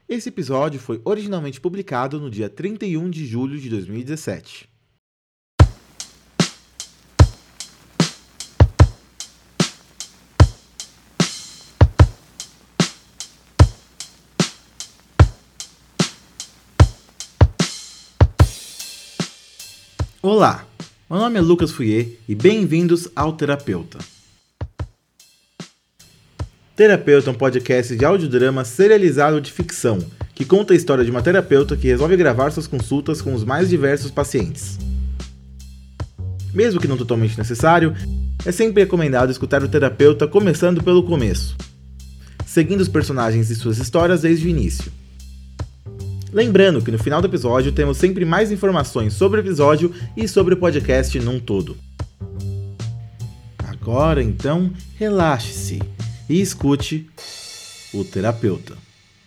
Esse episódio foi originalmente publicado no dia 31 de julho de 2017. Olá, meu nome é Lucas Fouier e bem-vindos ao Terapeuta. Terapeuta é um podcast de audiodrama serializado de ficção, que conta a história de uma terapeuta que resolve gravar suas consultas com os mais diversos pacientes. Mesmo que não totalmente necessário, é sempre recomendado escutar o terapeuta começando pelo começo, seguindo os personagens e suas histórias desde o início. Lembrando que no final do episódio temos sempre mais informações sobre o episódio e sobre o podcast num todo. Agora então, relaxe-se e escute o terapeuta.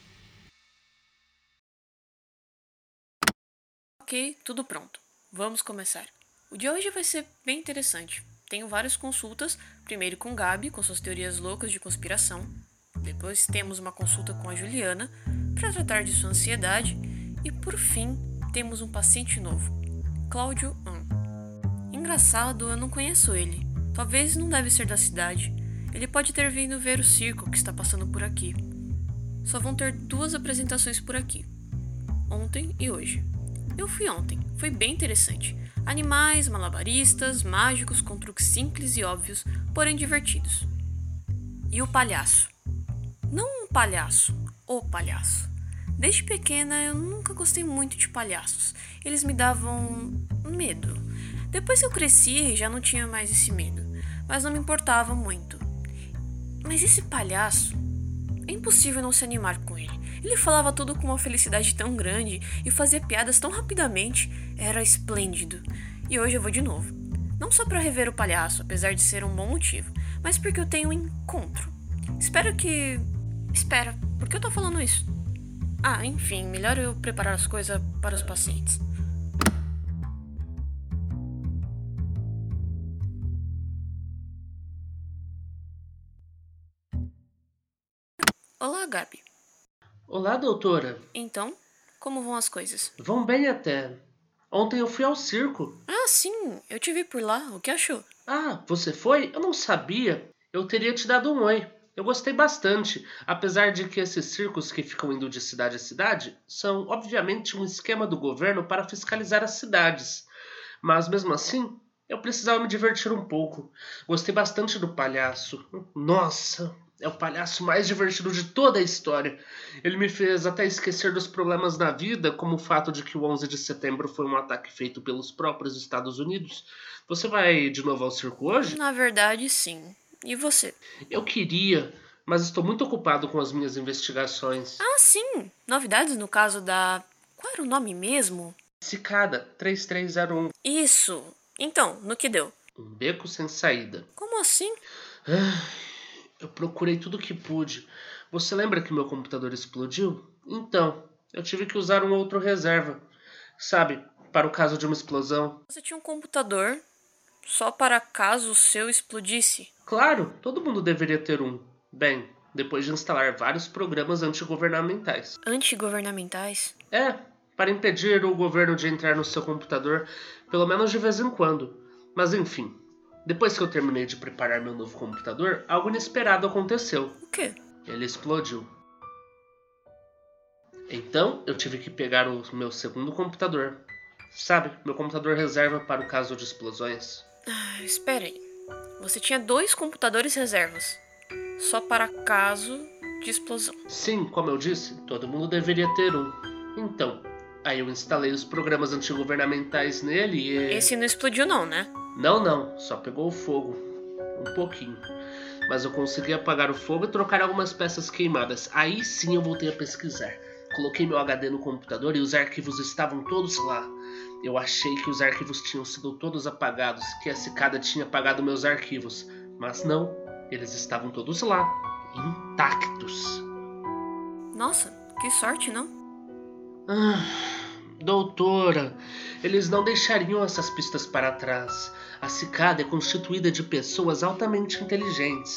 Ok, tudo pronto. Vamos começar. O de hoje vai ser bem interessante. Tenho várias consultas, primeiro com Gabi, com suas teorias loucas de conspiração. Depois temos uma consulta com a Juliana, para tratar de sua ansiedade. E por fim, temos um paciente novo, Cláudio An. Engraçado, eu não conheço ele. Talvez não deve ser da cidade. Ele pode ter vindo ver o circo que está passando por aqui. Só vão ter 2 apresentações por aqui, ontem e hoje. Eu fui ontem, foi bem interessante. Animais, malabaristas, mágicos com truques simples e óbvios, porém divertidos. E o palhaço. Não um palhaço, o palhaço. Desde pequena eu nunca gostei muito de palhaços. Eles me davam medo. Depois que eu cresci já não tinha mais esse medo, mas não me importava muito. Mas esse palhaço, é impossível não se animar com ele. Ele falava tudo com uma felicidade tão grande e fazia piadas tão rapidamente. Era esplêndido. E hoje eu vou de novo. Não só para rever o palhaço, apesar de ser um bom motivo, mas porque eu tenho um encontro. Espera, por que eu tô falando isso? Enfim, melhor eu preparar as coisas para os pacientes. Olá, Gabi. Olá, doutora. Então, como vão as coisas? Vão bem até. Ontem eu fui ao circo. Sim, eu te vi por lá. O que achou? Você foi? Eu não sabia. Eu teria te dado um oi. Eu gostei bastante, apesar de que esses circos que ficam indo de cidade a cidade são, obviamente, um esquema do governo para fiscalizar as cidades. Mas, mesmo assim, eu precisava me divertir um pouco. Gostei bastante do palhaço. Nossa, é o palhaço mais divertido de toda a história. Ele me fez até esquecer dos problemas na vida, como o fato de que o 11 de setembro foi um ataque feito pelos próprios Estados Unidos. Você vai de novo ao circo hoje? Na verdade, sim. E você? Eu queria, mas estou muito ocupado com as minhas investigações. Sim. Novidades no caso da... Qual era o nome mesmo? Cicada 3301. Isso. Então, no que deu? Um beco sem saída. Como assim? Eu procurei tudo que pude. Você lembra que meu computador explodiu? Então, eu tive que usar um outro reserva. Sabe, para o caso de uma explosão. Você tinha um computador só para caso o seu explodisse? Claro, todo mundo deveria ter um. Bem, depois de instalar vários programas antigovernamentais. Antigovernamentais? Para impedir o governo de entrar no seu computador, pelo menos de vez em quando. Mas enfim, depois que eu terminei de preparar meu novo computador, algo inesperado aconteceu. O quê? Ele explodiu. Então, eu tive que pegar o meu segundo computador. Sabe, meu computador reserva para o caso de explosões. Espera aí. Você tinha 2 computadores reservas, só para caso de explosão. Sim, como eu disse, todo mundo deveria ter um. Então, aí eu instalei os programas antigovernamentais nele e... Esse não explodiu não, né? Não, só pegou fogo. Um pouquinho. Mas eu consegui apagar o fogo e trocar algumas peças queimadas. Aí sim eu voltei a pesquisar. Coloquei meu HD no computador e os arquivos estavam todos lá. Eu achei que os arquivos tinham sido todos apagados, que a Cicada tinha apagado meus arquivos. Mas não, eles estavam todos lá, intactos. Nossa, que sorte, não? Doutora, eles não deixariam essas pistas para trás. A Cicada é constituída de pessoas altamente inteligentes.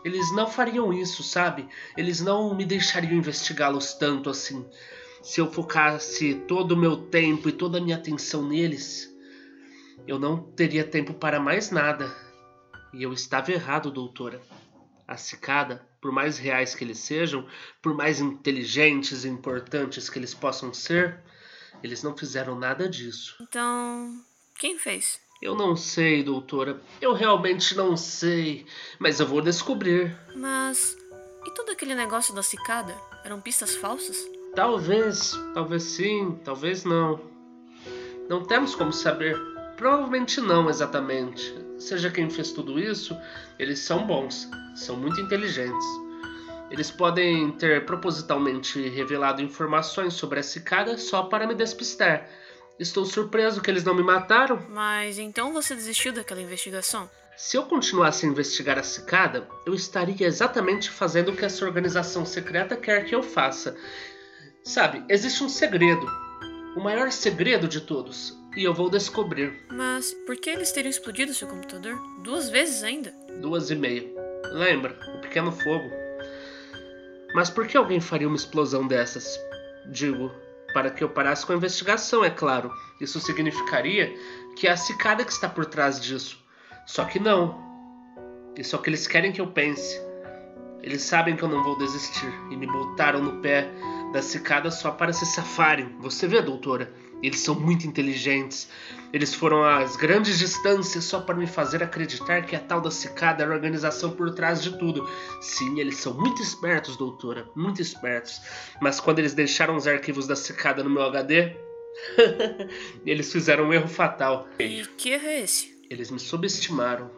Eles não fariam isso, sabe? Eles não me deixariam investigá-los tanto assim. Se eu focasse todo o meu tempo e toda a minha atenção neles, eu não teria tempo para mais nada. E eu estava errado, doutora. A cicada, por mais reais que eles sejam, por mais inteligentes e importantes que eles possam ser, eles não fizeram nada disso. Então, quem fez? Eu não sei, doutora. Eu realmente não sei. Mas eu vou descobrir. Mas, e todo aquele negócio da cicada? Eram pistas falsas? Talvez sim, talvez não. Não temos como saber. Provavelmente não exatamente. Seja quem fez tudo isso, eles são bons, são muito inteligentes. Eles podem ter propositalmente revelado informações sobre a cicada só para me despistar. Estou surpreso que eles não me mataram. Mas então você desistiu daquela investigação? Se eu continuasse a investigar a cicada, eu estaria exatamente fazendo o que essa organização secreta quer que eu faça. Sabe, existe um segredo. O maior segredo de todos. E eu vou descobrir. Mas por que eles teriam explodido seu computador? 2 vezes ainda? 2h30. Lembra? O pequeno fogo. Mas por que alguém faria uma explosão dessas? Digo, para que eu parasse com a investigação, é claro. Isso significaria que é a cicada que está por trás disso. Só que não. Isso é o que eles querem que eu pense. Eles sabem que eu não vou desistir e me botaram no pé da cicada só para se safarem. Você vê, doutora? Eles são muito inteligentes. Eles foram às grandes distâncias só para me fazer acreditar que a tal da cicada era a organização por trás de tudo. Sim, eles são muito espertos, doutora. Muito espertos. Mas quando eles deixaram os arquivos da cicada no meu HD, eles fizeram um erro fatal. E que erro é esse? Eles me subestimaram.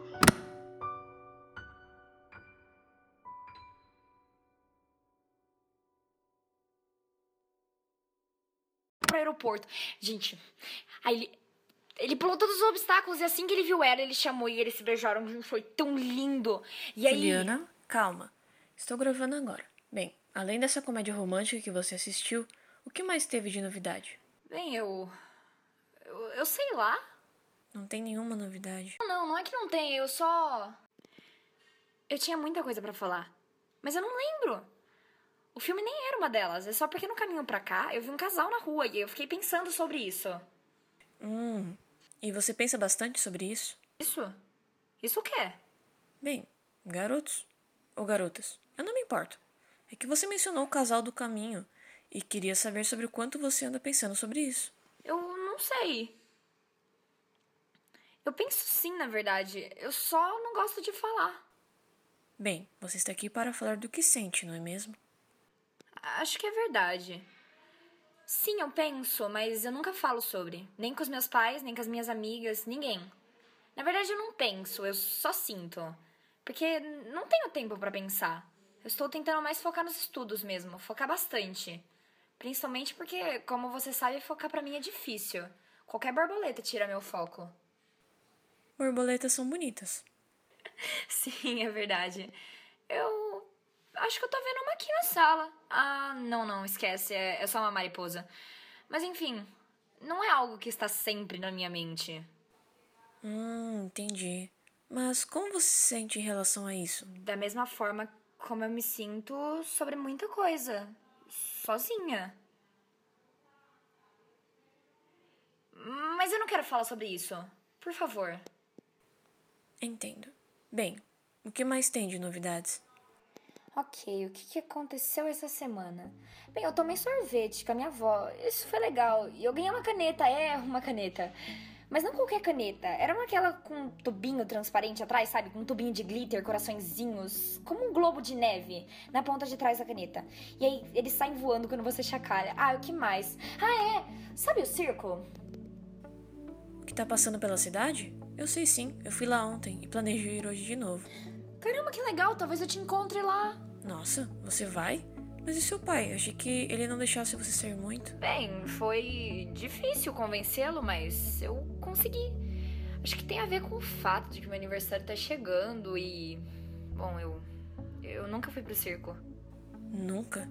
Pro aeroporto. Gente, aí ele pulou todos os obstáculos e assim que ele viu ela, ele chamou e eles se beijaram. Foi tão lindo. E aí... Juliana, calma. Estou gravando agora. Bem, além dessa comédia romântica que você assistiu, o que mais teve de novidade? Bem, eu sei lá. Não tem nenhuma novidade. Não é que não tem, eu tinha muita coisa pra falar. Mas eu não lembro. O filme nem era uma delas, é só porque no caminho pra cá eu vi um casal na rua e eu fiquei pensando sobre isso. E você pensa bastante sobre isso? Isso? Isso o quê? Bem, garotos ou garotas, eu não me importo. É que você mencionou o casal do caminho e queria saber sobre o quanto você anda pensando sobre isso. Eu não sei. Eu penso sim, na verdade. Eu só não gosto de falar. Bem, você está aqui para falar do que sente, não é mesmo? Acho que é verdade. Sim, eu penso, mas eu nunca falo sobre. Nem com os meus pais, nem com as minhas amigas, ninguém. Na verdade, eu não penso, eu só sinto. Porque não tenho tempo pra pensar. Eu estou tentando mais focar nos estudos mesmo, focar bastante. Principalmente porque, como você sabe, focar pra mim é difícil. Qualquer borboleta tira meu foco. Borboletas são bonitas. Sim, é verdade. Eu acho que eu tô vendo uma aqui na sala. Ah, não, esquece, é só uma mariposa. Mas enfim, não é algo que está sempre na minha mente. Entendi. Mas como você se sente em relação a isso? Da mesma forma como eu me sinto sobre muita coisa. Sozinha. Mas eu não quero falar sobre isso. Por favor. Entendo. Bem, o que mais tem de novidades? Ok, o que aconteceu essa semana? Bem, eu tomei sorvete com a minha avó. Isso foi legal. E eu ganhei uma caneta. Uma caneta. Mas não qualquer caneta. Era uma aquela com um tubinho transparente atrás, sabe? Com um tubinho de glitter, coraçõezinhos. Como um globo de neve na ponta de trás da caneta. E aí eles saem voando quando você chacoalha. Ah, o que mais? Ah, é! Sabe o circo? O que tá passando pela cidade? Eu sei sim, eu fui lá ontem e planejo ir hoje de novo. Caramba, que legal, talvez eu te encontre lá. Nossa, você vai? Mas e seu pai? Achei que ele não deixasse você sair muito. Bem, foi difícil convencê-lo, mas eu consegui. Acho que tem a ver com o fato de que meu aniversário tá chegando e... Bom, eu nunca fui pro circo. Nunca?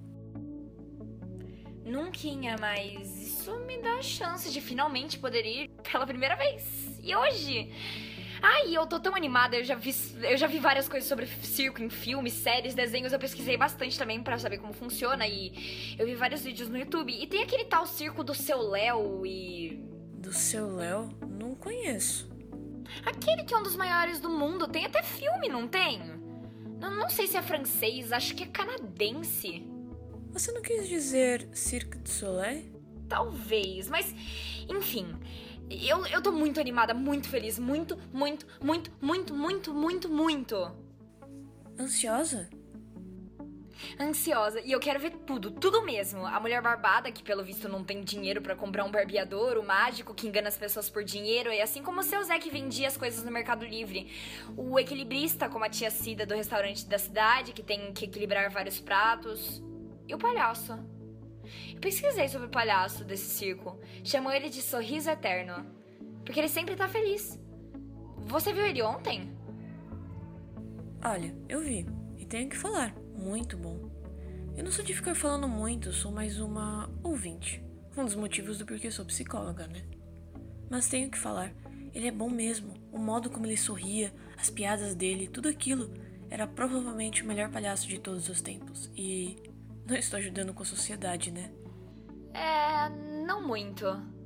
Nunquinha, mas isso me dá a chance de finalmente poder ir pela primeira vez. E hoje... Ai, eu tô tão animada, eu já vi várias coisas sobre circo em filmes, séries, desenhos, eu pesquisei bastante também pra saber como funciona e eu vi vários vídeos no YouTube. E tem aquele tal circo do Seu Léo e... Do Seu Léo? Não conheço. Aquele que é um dos maiores do mundo, tem até filme, não tem? Não sei se é francês, acho que é canadense. Você não quis dizer Cirque du Soleil? Talvez, mas enfim, eu tô muito animada, muito feliz, muito. Ansiosa? Ansiosa, e eu quero ver tudo mesmo. A mulher barbada, que pelo visto não tem dinheiro pra comprar um barbeador, o mágico que engana as pessoas por dinheiro, e assim como o seu Zé que vendia as coisas no Mercado Livre. O equilibrista, como a tia Cida do restaurante da cidade, que tem que equilibrar vários pratos. E o palhaço. Eu pesquisei sobre o palhaço desse circo. Chamam ele de Sorriso Eterno. Porque ele sempre tá feliz. Você viu ele ontem? Olha, eu vi. E tenho que falar. Muito bom. Eu não sou de ficar falando muito, sou mais uma ouvinte. Um dos motivos do porquê sou psicóloga, né? Mas tenho que falar. Ele é bom mesmo. O modo como ele sorria, as piadas dele, tudo aquilo. Era provavelmente o melhor palhaço de todos os tempos. E não estou ajudando com a sociedade, né? Não muito.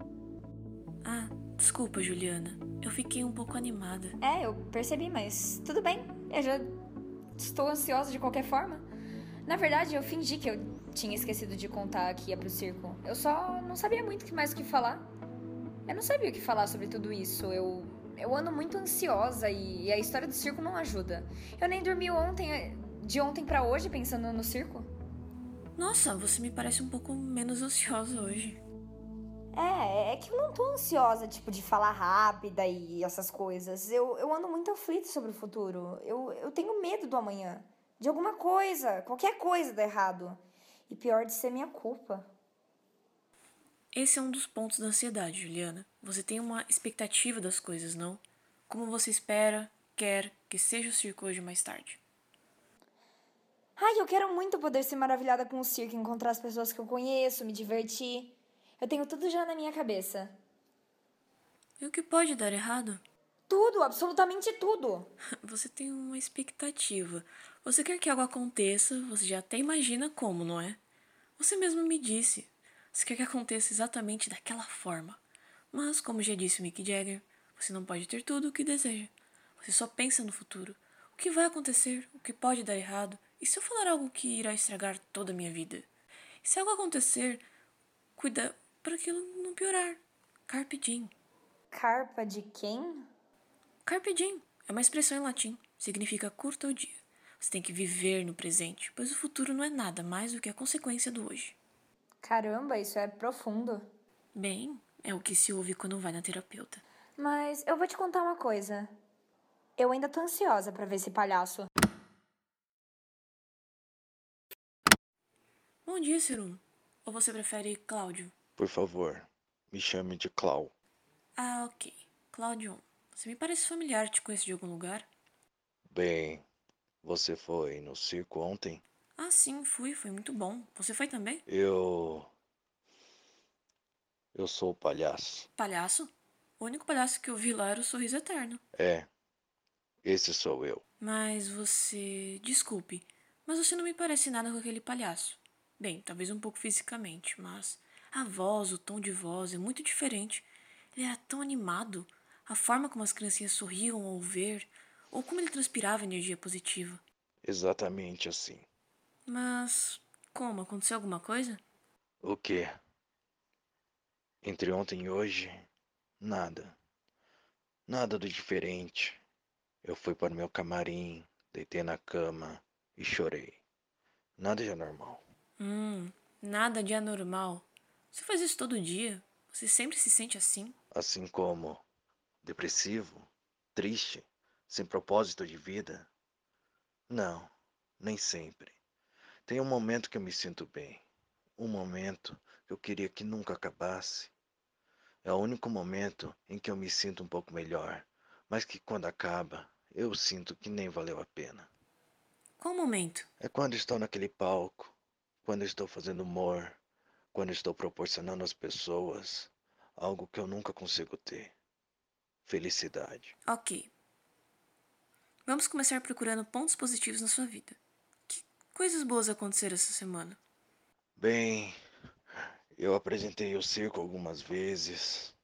Ah, desculpa, Juliana. Eu fiquei um pouco animada. Eu percebi, mas tudo bem. Eu já estou ansiosa de qualquer forma. Na verdade, eu fingi que eu tinha esquecido de contar que ia pro circo. Eu só não sabia muito mais o que falar. Eu não sabia o que falar sobre tudo isso. Eu ando muito ansiosa e a história do circo não ajuda. Eu nem dormi de ontem pra hoje pensando no circo. Nossa, você me parece um pouco menos ansiosa hoje. É que eu não tô ansiosa, tipo, de falar rápida e essas coisas. Eu ando muito aflita sobre o futuro. Eu tenho medo do amanhã. De alguma coisa, qualquer coisa dar errado. E pior de ser minha culpa. Esse é um dos pontos da ansiedade, Juliana. Você tem uma expectativa das coisas, não? Como você espera, quer que seja o circo hoje mais tarde. Ai, eu quero muito poder ser maravilhada com o circo, encontrar as pessoas que eu conheço, me divertir. Eu tenho tudo já na minha cabeça. E o que pode dar errado? Tudo, absolutamente tudo. Você tem uma expectativa. Você quer que algo aconteça, você já até imagina como, não é? Você mesmo me disse. Você quer que aconteça exatamente daquela forma. Mas, como já disse o Mick Jagger, você não pode ter tudo o que deseja. Você só pensa no futuro. O que vai acontecer, o que pode dar errado. E se eu falar algo que irá estragar toda a minha vida? E se algo acontecer, cuida para aquilo não piorar. Carpe diem. Carpa de quem? Carpe diem é uma expressão em latim. Significa curta o dia. Você tem que viver no presente, pois o futuro não é nada mais do que a consequência do hoje. Caramba, isso é profundo. Bem, é o que se ouve quando vai na terapeuta. Mas eu vou te contar uma coisa. Eu ainda tô ansiosa pra ver esse palhaço. Bom dia, Serum. Ou você prefere Cláudio? Por favor, me chame de Clau. Ah, ok. Cláudio, você me parece familiar, te conheço de algum lugar? Bem, você foi no circo ontem? Ah, sim, fui, foi muito bom. Você foi também? Eu sou o palhaço. Palhaço? O único palhaço que eu vi lá era o Sorriso Eterno. É, esse sou eu. Mas você... Desculpe, mas você não me parece nada com aquele palhaço. Bem, talvez um pouco fisicamente, mas a voz, o tom de voz é muito diferente. Ele era tão animado. A forma como as criancinhas sorriam ao ver, ou como ele transpirava energia positiva. Exatamente assim. Mas... como? Aconteceu alguma coisa? O quê? Entre ontem e hoje, nada. Nada do diferente. Eu fui para o meu camarim, deitei na cama e chorei. Nada de anormal. Nada de anormal. Você faz isso todo dia? Você sempre se sente assim? Assim como depressivo, triste, sem propósito de vida? Não, nem sempre. Tem um momento que eu me sinto bem. Um momento que eu queria que nunca acabasse. É o único momento em que eu me sinto um pouco melhor, mas que quando acaba, eu sinto que nem valeu a pena. Qual momento? É quando estou naquele palco, quando estou fazendo humor, quando estou proporcionando às pessoas algo que eu nunca consigo ter. Felicidade. Ok, Vamos começar procurando pontos positivos na sua vida. Que coisas boas aconteceram essa semana? Bem, eu apresentei o circo algumas vezes.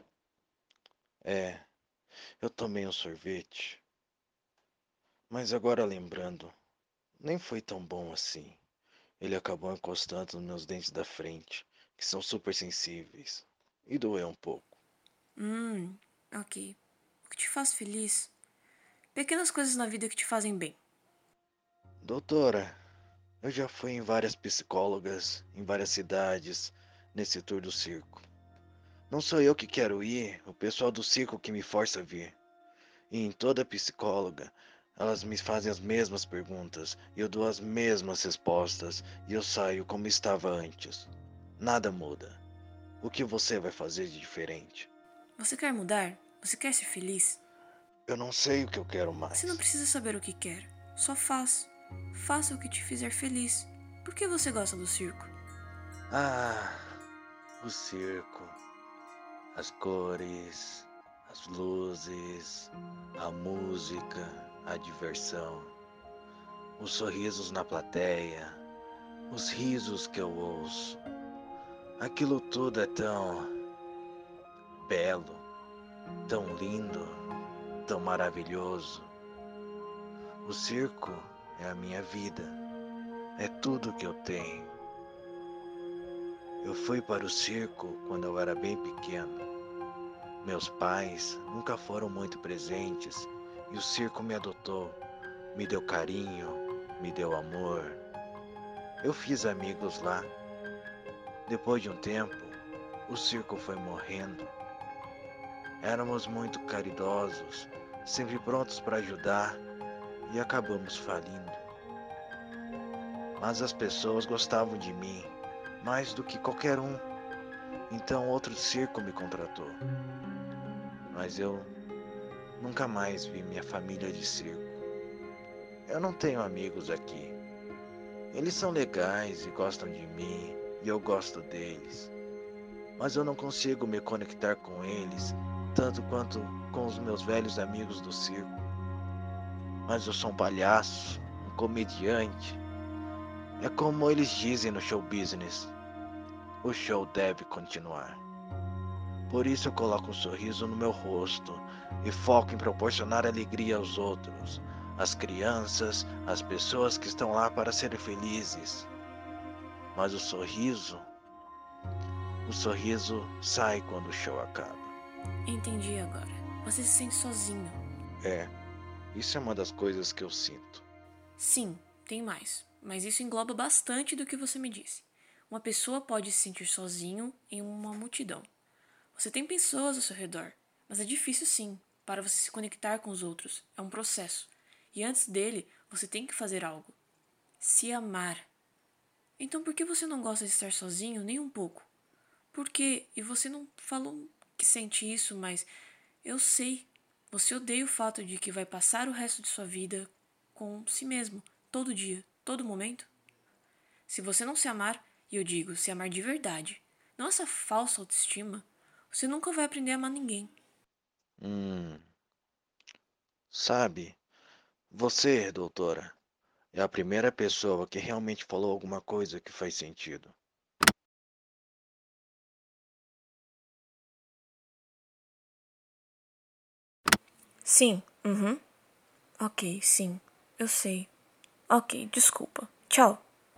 É, eu tomei um sorvete. Mas agora lembrando, nem foi tão bom assim. Ele acabou encostando nos meus dentes da frente, que são super sensíveis, e doeu um pouco. Ok. O que te faz feliz? Pequenas coisas na vida que te fazem bem. Doutora, eu já fui em várias psicólogas, em várias cidades, nesse tour do circo. Não sou eu que quero ir, o pessoal do circo que me força a vir. E em toda psicóloga, elas me fazem as mesmas perguntas, e eu dou as mesmas respostas, e eu saio como estava antes. Nada muda. O que você vai fazer de diferente? Você quer mudar? Você quer ser feliz? Eu não sei o que eu quero Você não mais. precisa saber o que quer. Só faz. Faça o que te fizer feliz. Por que você gosta do circo? Ah, o circo, as cores, as luzes, a música, a diversão, os sorrisos na plateia, os risos que eu ouço. Aquilo tudo é tão belo, tão lindo, tão maravilhoso. O circo é a minha vida, é tudo que eu tenho. Eu fui para o circo quando eu era bem pequeno. Meus pais nunca foram muito presentes e o circo me adotou, me deu carinho, me deu amor. Eu fiz amigos lá. Depois de um tempo, o circo foi morrendo. Éramos muito caridosos, sempre prontos para ajudar e acabamos falindo. Mas as pessoas gostavam de mim mais do que qualquer um, então outro circo me contratou. Mas eu nunca mais vi minha família de circo. Eu não tenho amigos aqui. Eles são legais e gostam de mim, e eu gosto deles. Mas eu não consigo me conectar com eles tanto quanto com os meus velhos amigos do circo. Mas eu sou um palhaço, um comediante. É como eles dizem no show business. O show deve continuar. Por isso eu coloco um sorriso no meu rosto e foco em proporcionar alegria aos outros, às crianças, às pessoas que estão lá para serem felizes. Mas o sorriso sai quando o show acaba. Entendi agora. Você se sente sozinho. É, isso é uma das coisas que eu sinto. Sim, tem mais. Mas isso engloba bastante do que você me disse. Uma pessoa pode se sentir sozinho em uma multidão. Você tem pessoas ao seu redor, mas é difícil sim, para você se conectar com os outros. É um processo. E antes dele, você tem que fazer algo. Se amar. Então por que você não gosta de estar sozinho nem um pouco? Por quê? E você não falou que sente isso, mas eu sei. Você odeia o fato de que vai passar o resto de sua vida com si mesmo, todo dia, todo momento? Se você não se amar, e eu digo, se amar de verdade, não essa falsa autoestima, você nunca vai aprender a amar ninguém. Hum, sabe, você, doutora, é a primeira pessoa que realmente falou alguma coisa que faz sentido. Sim, ok, sim, eu sei. Ok, desculpa. Tchau.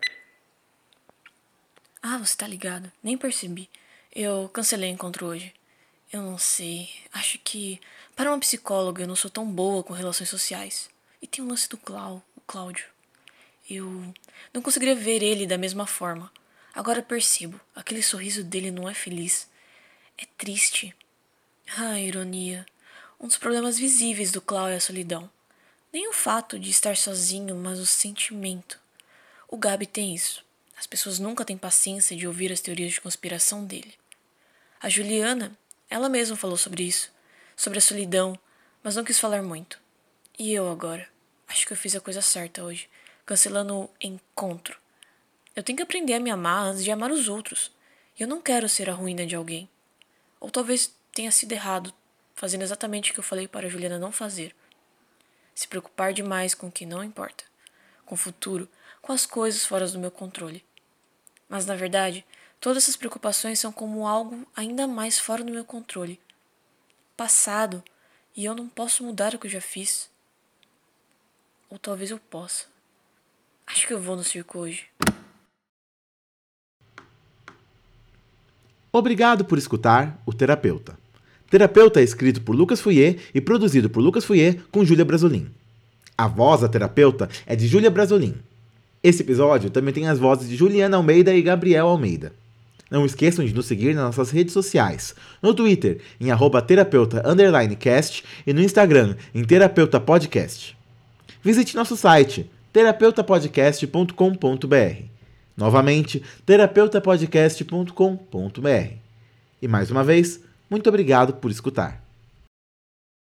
Ah, você tá ligado? Nem percebi. Eu cancelei o encontro hoje. Eu não sei. Acho que, para uma psicóloga, eu não sou tão boa com relações sociais. E tem o lance do o Cláudio. Eu não conseguiria ver ele da mesma forma. Agora percebo, aquele sorriso dele não é feliz. É triste. Ah, ironia. Um dos problemas visíveis do Cláudio é a solidão. Nem o fato de estar sozinho, mas o sentimento. O Gabi tem isso. As pessoas nunca têm paciência de ouvir as teorias de conspiração dele. A Juliana, ela mesma falou sobre isso, sobre a solidão, mas não quis falar muito. E eu agora? Acho que eu fiz a coisa certa hoje, cancelando o encontro. Eu tenho que aprender a me amar antes de amar os outros. E eu não quero ser a ruína de alguém. Ou talvez tenha sido errado, fazendo exatamente o que eu falei para a Juliana não fazer. se preocupar demais com o que não importa, com o futuro, com as coisas fora do meu controle. Mas, na verdade, todas essas preocupações são como algo ainda mais fora do meu controle. Passado, e eu não posso mudar o que eu já fiz. Ou talvez eu possa. Acho que eu vou no circo hoje. Obrigado por escutar O Terapeuta. Terapeuta é escrito por Lucas Fouier e produzido por Lucas Fouier com Júlia Brasolin. A voz da terapeuta é de Júlia Brasolin. Esse episódio também tem as vozes de Juliana Almeida e Gabriel Almeida. Não esqueçam de nos seguir nas nossas redes sociais, no Twitter em @terapeuta_cast e no Instagram em Terapeuta Podcast. Visite nosso site terapeutapodcast.com.br. Novamente, terapeutapodcast.com.br. E mais uma vez, muito obrigado por escutar.